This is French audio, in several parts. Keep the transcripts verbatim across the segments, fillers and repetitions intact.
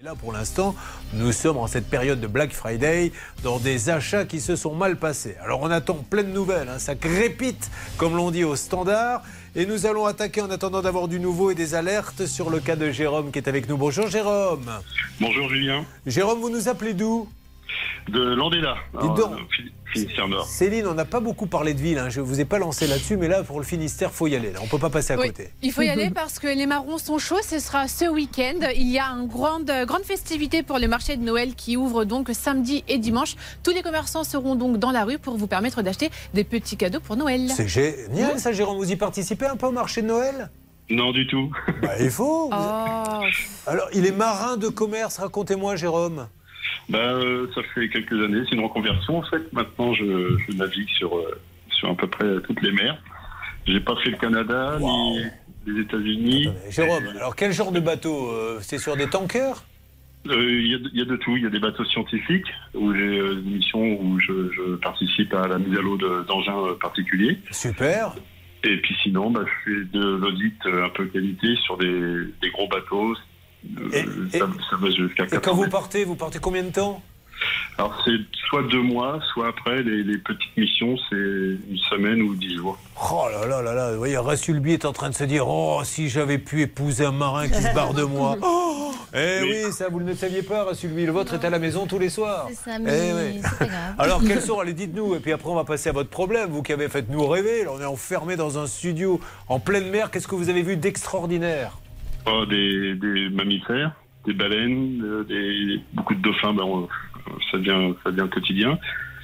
Là, pour l'instant, nous sommes en cette période de Black Friday, dans des achats qui se sont mal passés. Alors, on attend plein de nouvelles, hein, ça crépite, comme l'on dit au standard. Et nous allons attaquer en attendant d'avoir du nouveau et des alertes sur le cas de Jérôme qui est avec nous. Bonjour Jérôme. Bonjour Julien. Jérôme, vous nous appelez d'où ? De Landella, Finistère Nord. Céline, on n'a pas beaucoup parlé de ville, hein. Je ne vous ai pas lancé là-dessus, mais là, pour le Finistère, il faut y aller. Là. On ne peut pas passer à oui, côté. Il faut y aller parce que les marrons sont chauds. Ce sera ce week-end. Il y a une grande, grande festivité pour le marché de Noël qui ouvre donc samedi et dimanche. Tous les commerçants seront donc dans la rue pour vous permettre d'acheter des petits cadeaux pour Noël. C'est génial ça, Jérôme. Vous y participez un peu au marché de Noël ? Non, du tout. Bah, il faut. Oh. Alors, il est marin de commerce. Racontez-moi, Jérôme. Bah, euh, ça fait quelques années, c'est une reconversion en fait. Maintenant, je, je navigue sur, euh, sur à peu près toutes les mers. J'ai pas fait le Canada, wow. ni les États-Unis. Attendez, Jérôme, et... alors quel genre de bateau euh, c'est sur des tankers ? Il euh, y, y a de tout. Il y a des bateaux scientifiques où j'ai euh, une mission où je, je participe à la mise à l'eau de, d'engins euh, particuliers. Super. Et puis sinon, bah, je fais de l'audit euh, un peu qualité sur des, des gros bateaux. Et, euh, ça, et, ça va jusqu'à et quand vous partez, vous partez combien de temps ? Alors c'est soit deux mois, soit après les, les petites missions, c'est une semaine ou dix jours. Oh là là là là, vous voyez, Rassulbi est en train de se dire, oh si j'avais pu épouser un marin qui se barre de moi. Oh eh oui. oui, ça vous ne le saviez pas, Rassulbi, le vôtre non. est à la maison tous les soirs. C'est ça, mais eh oui. c'est pas grave. Alors quels sont, allez dites-nous, et puis après on va passer à votre problème, vous qui avez fait nous rêver, là on est enfermé dans un studio en pleine mer, qu'est-ce que vous avez vu d'extraordinaire ? Oh, des, des mammifères, des baleines, des, beaucoup de dauphins, ben, ça devient, ça devient quotidien.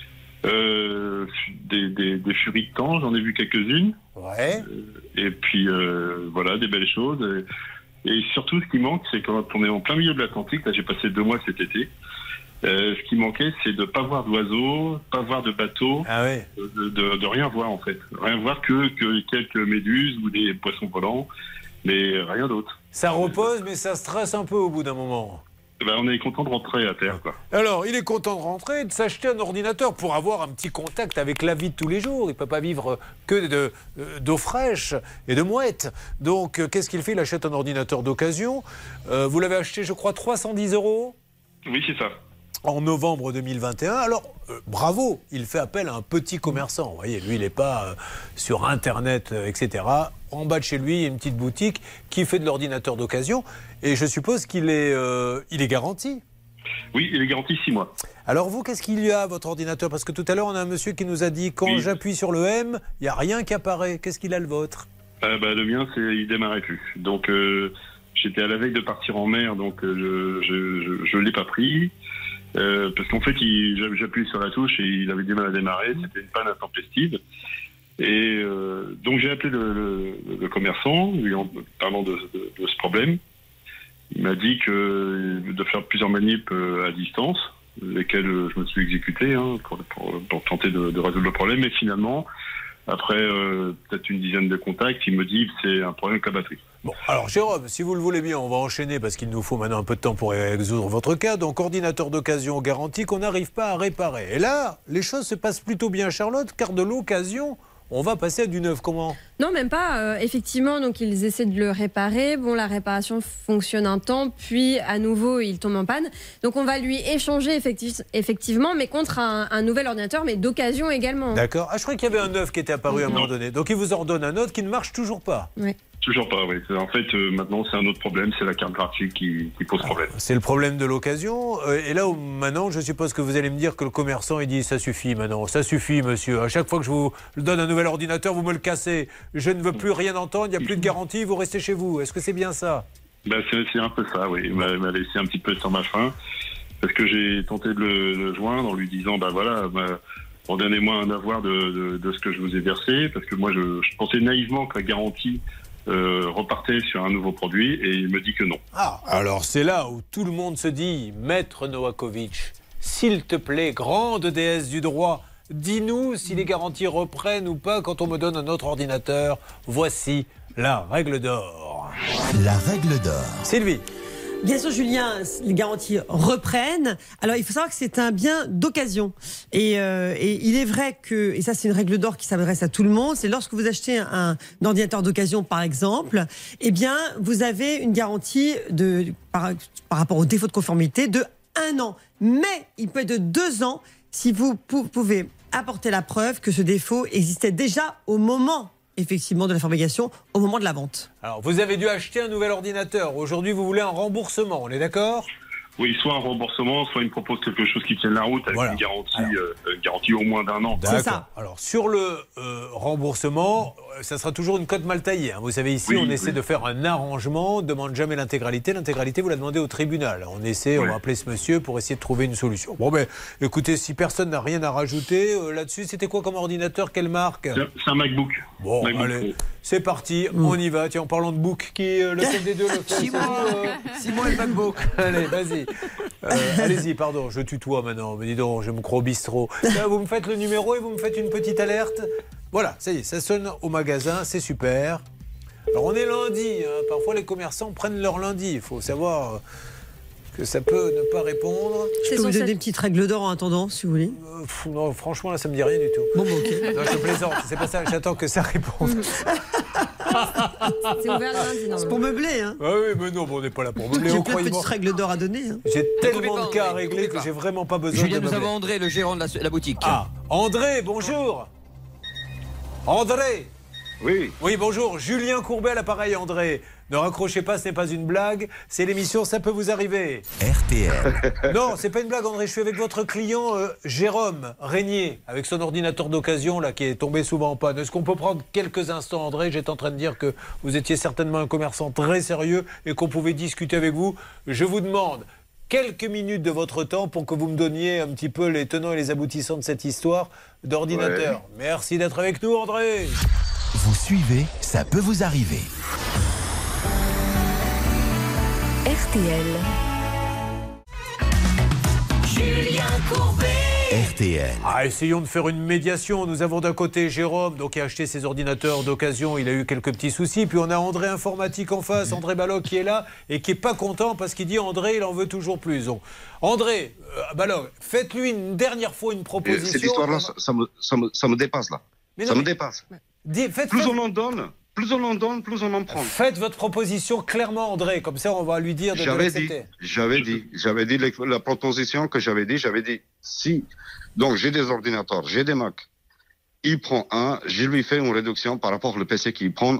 Euh, des, des, des furies de temps, j'en ai vu quelques-unes. Ouais. Euh, et puis, euh, voilà, des belles choses. Et, et surtout, ce qui manque, c'est quand on est en plein milieu de l'Atlantique, là j'ai passé deux mois cet été, euh, ce qui manquait, c'est de ne pas voir d'oiseaux, pas voir de bateaux, ah ouais. de, de, de rien voir en fait. Rien voir que, que quelques méduses ou des poissons volants, mais rien d'autre. Ça repose, mais ça stresse un peu au bout d'un moment. Ben, on est content de rentrer à terre, quoi. Alors, il est content de rentrer, de s'acheter un ordinateur pour avoir un petit contact avec la vie de tous les jours. Il ne peut pas vivre que de, d'eau fraîche et de mouettes. Donc, qu'est-ce qu'il fait ? Il achète un ordinateur d'occasion. Euh, vous l'avez acheté, je crois, trois cent dix euros ? Oui, c'est ça. En novembre deux mille vingt et un. Alors, euh, bravo, il fait appel à un petit commerçant. Vous voyez, lui, il n'est pas euh, sur Internet, euh, et cetera. En bas de chez lui, il y a une petite boutique qui fait de l'ordinateur d'occasion. Et je suppose qu'il est, euh, il est garanti. Oui, il est garanti six mois. Alors vous, qu'est-ce qu'il y a à votre ordinateur ? Parce que tout à l'heure, on a un monsieur qui nous a dit, quand oui. j'appuie sur le M, il n'y a rien qui apparaît. Qu'est-ce qu'il a le vôtre ? euh, bah, Le mien, c'est, il ne démarrait plus. Donc, euh, j'étais à la veille de partir en mer, donc euh, je ne l'ai pas pris. Euh, parce qu'en fait, il, j'appuie sur la touche et il avait du mal à démarrer. C'était une panne intempestive. Et euh, donc j'ai appelé le, le, le commerçant, lui en parlant de, de, de ce problème. Il m'a dit que de faire plusieurs manips à distance, lesquelles je me suis exécuté hein, pour, pour, pour tenter de, de résoudre le problème. Et finalement, après euh, peut-être une dizaine de contacts, il me dit que c'est un problème avec la batterie. Bon, alors Jérôme, si vous le voulez bien, on va enchaîner parce qu'il nous faut maintenant un peu de temps pour résoudre votre cas. Donc, ordinateur d'occasion garanti qu'on n'arrive pas à réparer. Et là, les choses se passent plutôt bien, Charlotte, car de l'occasion, on va passer à du neuf. Comment ? Non, même pas. Euh, effectivement, donc ils essaient de le réparer. Bon, la réparation fonctionne un temps, puis à nouveau, il tombe en panne. Donc, on va lui échanger effectif, effectivement, mais contre un, un nouvel ordinateur, mais d'occasion également. D'accord. Ah, je croyais qu'il y avait un neuf qui était apparu à un non. moment donné. Donc, il vous en donne un autre qui ne marche toujours pas. Oui. Toujours pas, oui. En fait, euh, maintenant, c'est un autre problème, c'est la carte graphique qui, qui pose problème. Ah, c'est le problème de l'occasion. Et là, maintenant, je suppose que vous allez me dire que le commerçant, il dit, ça suffit maintenant, ça suffit, monsieur. À chaque fois que je vous donne un nouvel ordinateur, vous me le cassez. Je ne veux plus rien entendre, il n'y a plus de garantie, vous restez chez vous. Est-ce que c'est bien ça ? Ben, c'est, c'est un peu ça, oui. Il m'a, m'a laissé un petit peu sur ma faim, parce que j'ai tenté de le, le joindre en lui disant, ben voilà, ben, ordonnez-moi un avoir de, de, de ce que je vous ai versé, parce que moi, je, je pensais naïvement que la garantie Euh, repartait sur un nouveau produit et il me dit que non. Ah, alors c'est là où tout le monde se dit, Maître Novakovic, s'il te plaît, grande déesse du droit, dis-nous si les garanties reprennent ou pas quand on me donne un autre ordinateur. Voici la règle d'or. La règle d'or. Sylvie. Bien sûr, Julien, les garanties reprennent. Alors, il faut savoir que c'est un bien d'occasion. Et, euh, et il est vrai que, et ça c'est une règle d'or qui s'adresse à tout le monde, c'est lorsque vous achetez un, un ordinateur d'occasion, par exemple, eh bien, vous avez une garantie de, par, par rapport au défaut de conformité de un an. Mais il peut être de deux ans si vous pou- pouvez apporter la preuve que ce défaut existait déjà au moment effectivement de la fabrication, au moment de la vente. Alors, vous avez dû acheter un nouvel ordinateur. Aujourd'hui, vous voulez un remboursement, on est d'accord ? Oui, soit un remboursement, soit il me propose quelque chose qui tienne la route avec Voilà. une garantie, Alors. euh, une garantie au moins d'un an. D'accord. C'est ça. Alors, sur le euh, remboursement, euh, ça sera toujours une cote mal taillée. Hein. Vous savez, ici, Oui, on essaie oui. de faire un arrangement, on ne demande jamais l'intégralité. L'intégralité, vous la demandez au tribunal. On essaie, on Oui. va appeler ce monsieur pour essayer de trouver une solution. Bon, ben, écoutez, si personne n'a rien à rajouter euh, là-dessus, c'était quoi comme ordinateur ? Quelle marque ? C'est c'est un MacBook. Bon, MacBook allez, Pro. c'est parti, on y va. Tiens, en parlant de book, qui euh, lequel des deux le fait ? Simon, Euh, Simon et le MacBook. Allez, vas-y. Euh, allez-y, pardon, je tutoie maintenant. Mais dis donc, je me crois au bistrot. Là, vous me faites le numéro et vous me faites une petite alerte. Voilà, ça y est, ça sonne au magasin, c'est super. Alors, on est lundi. Hein. Parfois, les commerçants prennent leur lundi. Il faut savoir euh, que ça peut ne pas répondre. Je C'est peux vous censé- donner une petite règle d'or en attendant, si vous voulez. Euh, pff, non, franchement, là, ça me dit rien du tout. Bon, bah, ok. Non, je plaisante, c'est pas ça. J'attends que ça réponde. C'est ouvert lundi, C'est normalement. pour meubler, hein. Ah oui, mais non, bon, on n'est pas là pour me J'ai blairer, plein de croyez-moi. petites règles d'or à donner. Hein. J'ai tellement pas, de cas à André, régler trouvez que pas. j'ai vraiment pas besoin Julien, de nous meubler. avons André, le gérant de la, la boutique. Ah, André, bonjour. André. Oui. Oui, bonjour. Julien Courbet à l'appareil, André. Ne raccrochez pas, ce n'est pas une blague. C'est l'émission Ça peut vous arriver. R T L. Non, c'est pas une blague, André. Je suis avec votre client euh, Jérôme Régnier, avec son ordinateur d'occasion là qui est tombé souvent en panne. Est-ce qu'on peut prendre quelques instants, André ? J'étais en train de dire que vous étiez certainement un commerçant très sérieux et qu'on pouvait discuter avec vous. Je vous demande quelques minutes de votre temps pour que vous me donniez un petit peu les tenants et les aboutissants de cette histoire d'ordinateur. Ouais. Merci d'être avec nous, André. Vous suivez, ça peut vous arriver. R T L. Julien Courbet. R T L. Ah, essayons de faire une médiation. Nous avons d'un côté Jérôme, donc qui a acheté ses ordinateurs d'occasion. Il a eu quelques petits soucis. Puis on a André Informatique en face, André Balog qui est là et qui est pas content parce qu'il dit André, il en veut toujours plus. Donc, André euh, Balog, faites-lui une dernière fois une proposition. Cette histoire-là, ça, ça me, ça, me, ça me dépasse, là. Mais ça non, me mais- dépasse. Dis- faites, Plus faites- on en donne, plus on en donne, plus on en prend. faites votre proposition clairement, André. Comme ça, on va lui dire de, de J'avais dit, l'accepter. j'avais dit, j'avais dit l'ex- la proposition que j'avais dit, j'avais dit, si, donc j'ai des ordinateurs, j'ai des Mac, il prend un, je lui fais une réduction par rapport au P C qu'il prend,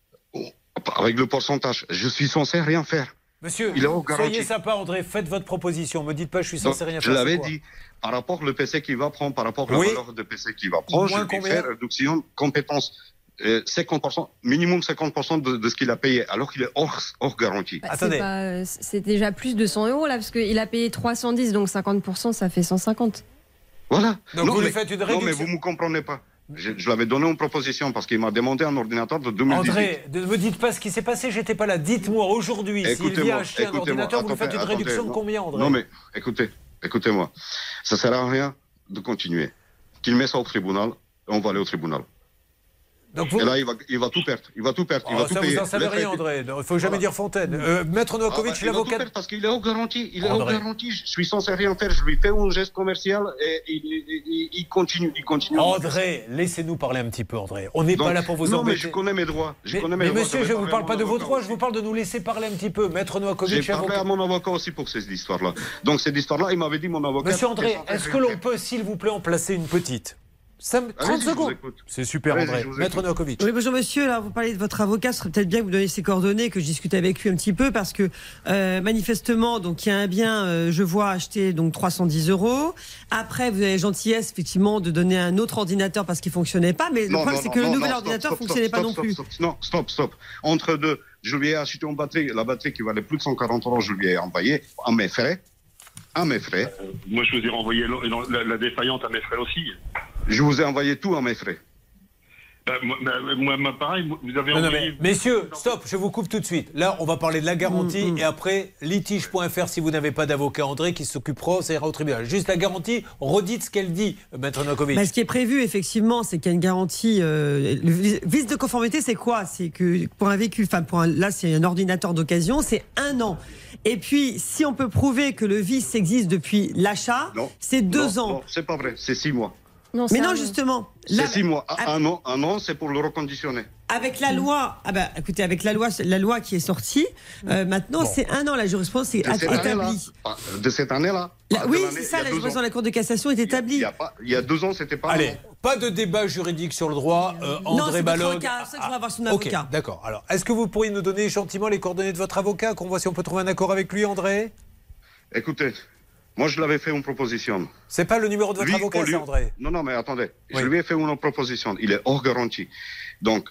avec le pourcentage. Je suis censé rien faire. Monsieur, Il est en garantie. soyez sympa, André. Faites votre proposition. Me dites pas, je suis Donc, censé rien je faire. l'avais c'est quoi dit, par rapport au P C qu'il va prendre, par rapport à la Oui. valeur de P C qu'il va prendre, Moins je lui combien fais réduction compétence. Euh, cinquante pour cent, minimum cinquante pour cent de, de ce qu'il a payé, alors qu'il est hors, hors garantie. Bah, Attendez. c'est pas, euh, c'est déjà plus de cent euros là, parce qu'il a payé trois cent dix, donc cinquante pour cent, ça fait cent cinquante. Voilà. Donc non, vous lui mais, faites une non, mais réduction. vous ne me comprenez pas. Je, je lui avais donné une proposition parce qu'il m'a demandé un ordinateur de deux mille dix-huit. André, ne me dites pas ce qui s'est passé, j'étais pas là. Dites-moi aujourd'hui, s'il Écoutez-moi, vient acheter un écoutez-moi, ordinateur, vous lui faites une attendez, réduction de non. combien, André? Non, mais écoutez, écoutez-moi. Ça ne sert à rien de continuer. Qu'il met ça au tribunal, on va aller au tribunal. Donc vous... Et là, il va, il va tout perdre. Il va tout perdre. Il Oh, va tout ça, payer. vous en savez Les rien, frais- André. Il ne faut jamais Voilà. dire Fontaine. Euh, Maître Ah bah, Novakovic, il va tout l'avocat... perdre parce qu'il est au garantie. Il est au André. garantie. Je suis censé rien faire. Je lui fais un geste commercial et il, il- il- il continue. Il continue. André, laissez-nous parler un petit peu, André. On n'est Donc, pas là pour vous non, mais embêter. je connais mes droits. Je Mais, connais mes mais droits. monsieur, J'avais je ne vous parlé parle à pas mon de vos avocat droits, je aussi. vous parle de nous laisser parler un petit peu. Maître Novakovic, J'ai parlé avocat. à mon avocat aussi pour cette histoire-là. Donc cette histoire-là, il m'avait dit mon avocat. Monsieur André, qu'est-ce est-ce qu'on que fait l'on peut, s'il vous plaît, en placer une petite Ça me- trente Allez-y, je vous secondes. écoute. C'est super, Allez-y, André. je vous Maître écoute. Novakovic. Oui, bonjour monsieur, là vous parlez de votre avocat, ce serait peut-être bien que vous donniez ses coordonnées, que je discute avec lui un petit peu, parce que euh, manifestement, donc il y a un bien, euh, je vois, acheté donc trois cent dix euros. Après, vous avez la gentillesse effectivement de donner un autre ordinateur parce qu'il fonctionnait pas, mais le Non, problème non, c'est non, que le non, nouvel non, ordinateur stop, stop, fonctionnait stop, pas non stop, plus. Stop, non, stop, stop. Entre deux, je lui ai acheté une batterie, la batterie qui valait plus de cent quarante euros, je lui ai envoyé à mes frais. À mes frais. Euh, moi, je vous ai renvoyé la, la- la défaillante à mes frais aussi. Je vous ai envoyé tout à mes frais. Bah, moi, bah, moi, moi, pareil, vous avez non, non, envoyé... mais, messieurs, stop, je vous coupe tout de suite. Là, on va parler de la garantie mmh, mmh. et après, litige point F R si vous n'avez pas d'avocat. André qui s'occupera, ça ira au tribunal. Juste la garantie, redites ce qu'elle dit, Maître Novakovic. Bah, ce qui est prévu, effectivement, c'est qu'il y a une garantie. Euh, le vice de conformité, c'est quoi? C'est que pour un véhicule, enfin, pour un, là, c'est un ordinateur d'occasion, c'est un an. Et puis, si on peut prouver que le vice existe depuis l'achat, c'est deux non, ans. Non, c'est pas vrai, c'est six mois. Non, mais non, an. justement. C'est six mois. Un an, un an, c'est pour le reconditionner. Avec la loi, ah bah, écoutez, avec la loi, la loi qui est sortie, euh, maintenant bon. c'est un an. La jurisprudence est établie. De cette année-là. La, oui, c'est ça. La jurisprudence de la Cour de cassation est établie. Il y a, pas, il y a deux ans, c'était pas. Allez, pas de débat juridique sur le droit. Euh, André Balog. C'est ça que je vais avoir son avocat. Okay, d'accord. Alors, est-ce que vous pourriez nous donner gentiment les coordonnées de votre avocat, qu'on voit si on peut trouver un accord avec lui, André? Écoutez. Moi, je l'avais fait une proposition. C'est pas le numéro de votre lui, avocat, lui... ça, André? Non, non, mais attendez. Oui. Je lui ai fait une proposition. Il est hors garantie. Donc,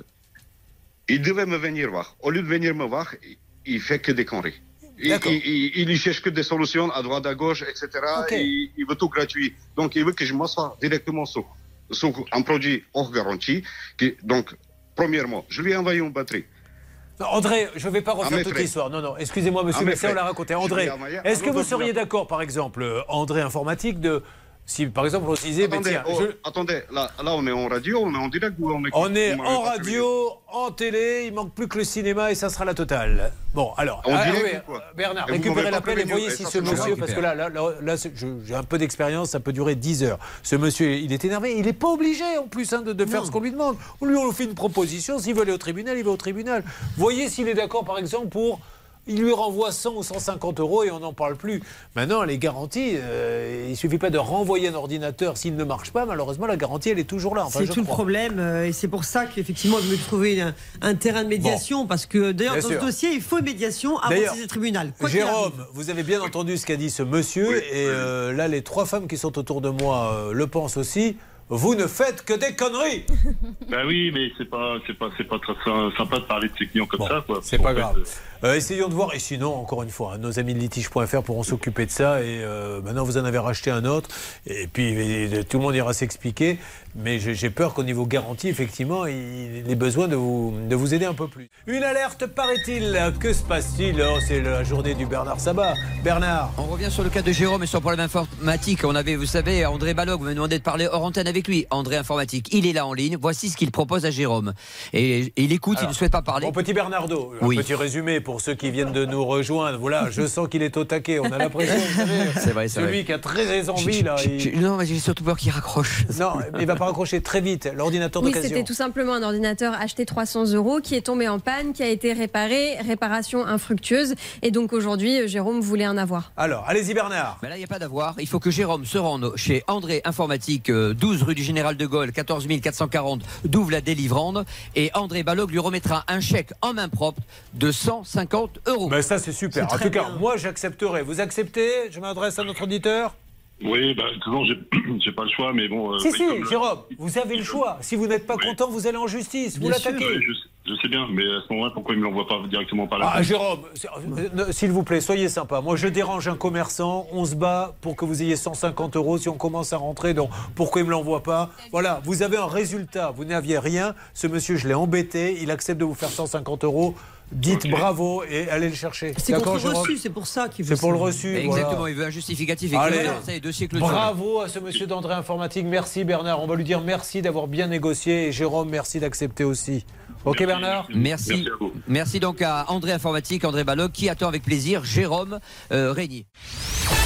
il devait me venir voir. Au lieu de venir me voir, il fait que des conneries. Il, il, il, il cherche que des solutions à droite, à gauche, et cetera. Okay. Il, il veut tout gratuit. Donc, il veut que je m'assoie directement sur, sur un produit hors garantie. Qui, donc, premièrement, je lui ai envoyé une batterie. Non, André, je ne vais pas refaire toute l'histoire. Non, non, excusez-moi, monsieur Messia, on l'a raconté. André, est-ce que vous seriez d'accord, par exemple, André Informatique, de... Si, par exemple, on se disait... Attendez, tiens, oh, je... attendez là, là, on est en radio, on est en direct ou on est... On est en radio, en télé, il manque plus que le cinéma et ça sera la totale. Bon, alors, on ah, dirait oui, quoi Bernard, et récupérez l'appel et voyez si ce monsieur... Parce que là, là, là, là j'ai un peu d'expérience, ça peut durer dix heures. Ce monsieur, il est énervé, il n'est pas obligé, en plus, hein, de, de faire ce qu'on lui demande. On lui on fait une proposition, s'il veut aller au tribunal, il va au tribunal. Voyez s'il est d'accord, par exemple, pour... Il lui renvoie cent ou cent cinquante euros et on n'en parle plus. Maintenant, les garanties, euh, il ne suffit pas de renvoyer un ordinateur. S'il ne marche pas, malheureusement, la garantie, elle est toujours là. Enfin, c'est tout crois. le problème. Euh, et c'est pour ça qu'effectivement, il veut trouver un, un terrain de médiation. Bon. Parce que d'ailleurs, dans sûr. ce dossier, il faut une médiation avant de saisir le tribunal. Quoi Jérôme, vous avez bien entendu ce qu'a dit ce monsieur. Oui. Et euh, là, les trois femmes qui sont autour de moi euh, le pensent aussi. Vous ne faites que des conneries. Ben oui, mais c'est pas, c'est pas, c'est pas très sympa de parler de ses clients comme bon, ça, quoi. C'est pas grave. Euh, essayons de voir. Et sinon, encore une fois, hein, nos amis de litige point F R pourront s'occuper de ça. Et euh, maintenant, vous en avez racheté un autre. Et puis, et, tout le monde ira s'expliquer. Mais j'ai peur qu'au niveau garantie, effectivement, il ait besoin de vous, de vous aider un peu plus. Une alerte, paraît-il. Que se passe-t-il? Oh, c'est la journée du Bernard Sabat. Bernard. On revient sur le cas de Jérôme et son problème informatique. On avait, vous savez, André Balog me demandait de parler hors antenne avec lui. André Informatique, il est là en ligne. Voici ce qu'il propose à Jérôme. Et, et il écoute, alors, il ne souhaite pas parler. Mon petit Bernardo, oui. un petit résumé pour ceux qui viennent de nous rejoindre. Voilà, je sens qu'il est au taquet. On a l'impression, vous savez, c'est vrai, c'est celui vrai. qui a très envie. Je, là, je, je, il... Non, mais j'ai surtout peur qu'il raccroche. Non, il ne va pas raccrocher très vite. L'ordinateur oui, d'occasion. C'était tout simplement un ordinateur acheté trois cents euros qui est tombé en panne, qui a été réparé, réparation infructueuse. Et donc aujourd'hui, Jérôme voulait un avoir. Alors, allez-y Bernard. Mais là, il n'y a pas d'avoir. Il faut que Jérôme se rende chez André Informatique, douze rue du Général de Gaulle, quatorze mille quatre cent quarante, Douve-la-Délivrande. Et André Balog lui remettra un chèque en main propre de cent cinquante euros. Ben ça, c'est super. En tout cas, bien. moi, j'accepterai. Vous acceptez? Je m'adresse à notre auditeur. Oui, bah, toujours, j'ai pas le choix, mais bon... Euh, si, si, Jérôme, le... vous avez le choix. Si vous n'êtes pas oui. content, vous allez en justice, vous l'attaquez. Oui, je, je sais bien, mais à ce moment-là, pourquoi il ne me l'envoie pas directement par la Ah, Jérôme, s'il vous plaît, soyez sympa. Moi, je dérange un commerçant, on se bat pour que vous ayez cent cinquante euros si on commence à rentrer, donc pourquoi il ne me l'envoie pas? Voilà, vous avez un résultat, vous n'aviez rien. Ce monsieur, je l'ai embêté, il accepte de vous faire cent cinquante euros. Dites okay. bravo et allez le chercher. C'est contre le reçu, c'est pour ça qu'il veut. C'est pour le reçu. Exactement, voilà. il veut un justificatif. Allez, ça, deux siècles bravo à ce monsieur d'André Informatique. Merci Bernard. On va lui dire merci d'avoir bien négocié et Jérôme, merci d'accepter aussi. Ok merci, Bernard. Merci. Merci, à vous. Merci donc à André Informatique, André Balog, qui attend avec plaisir Jérôme euh, Régnier.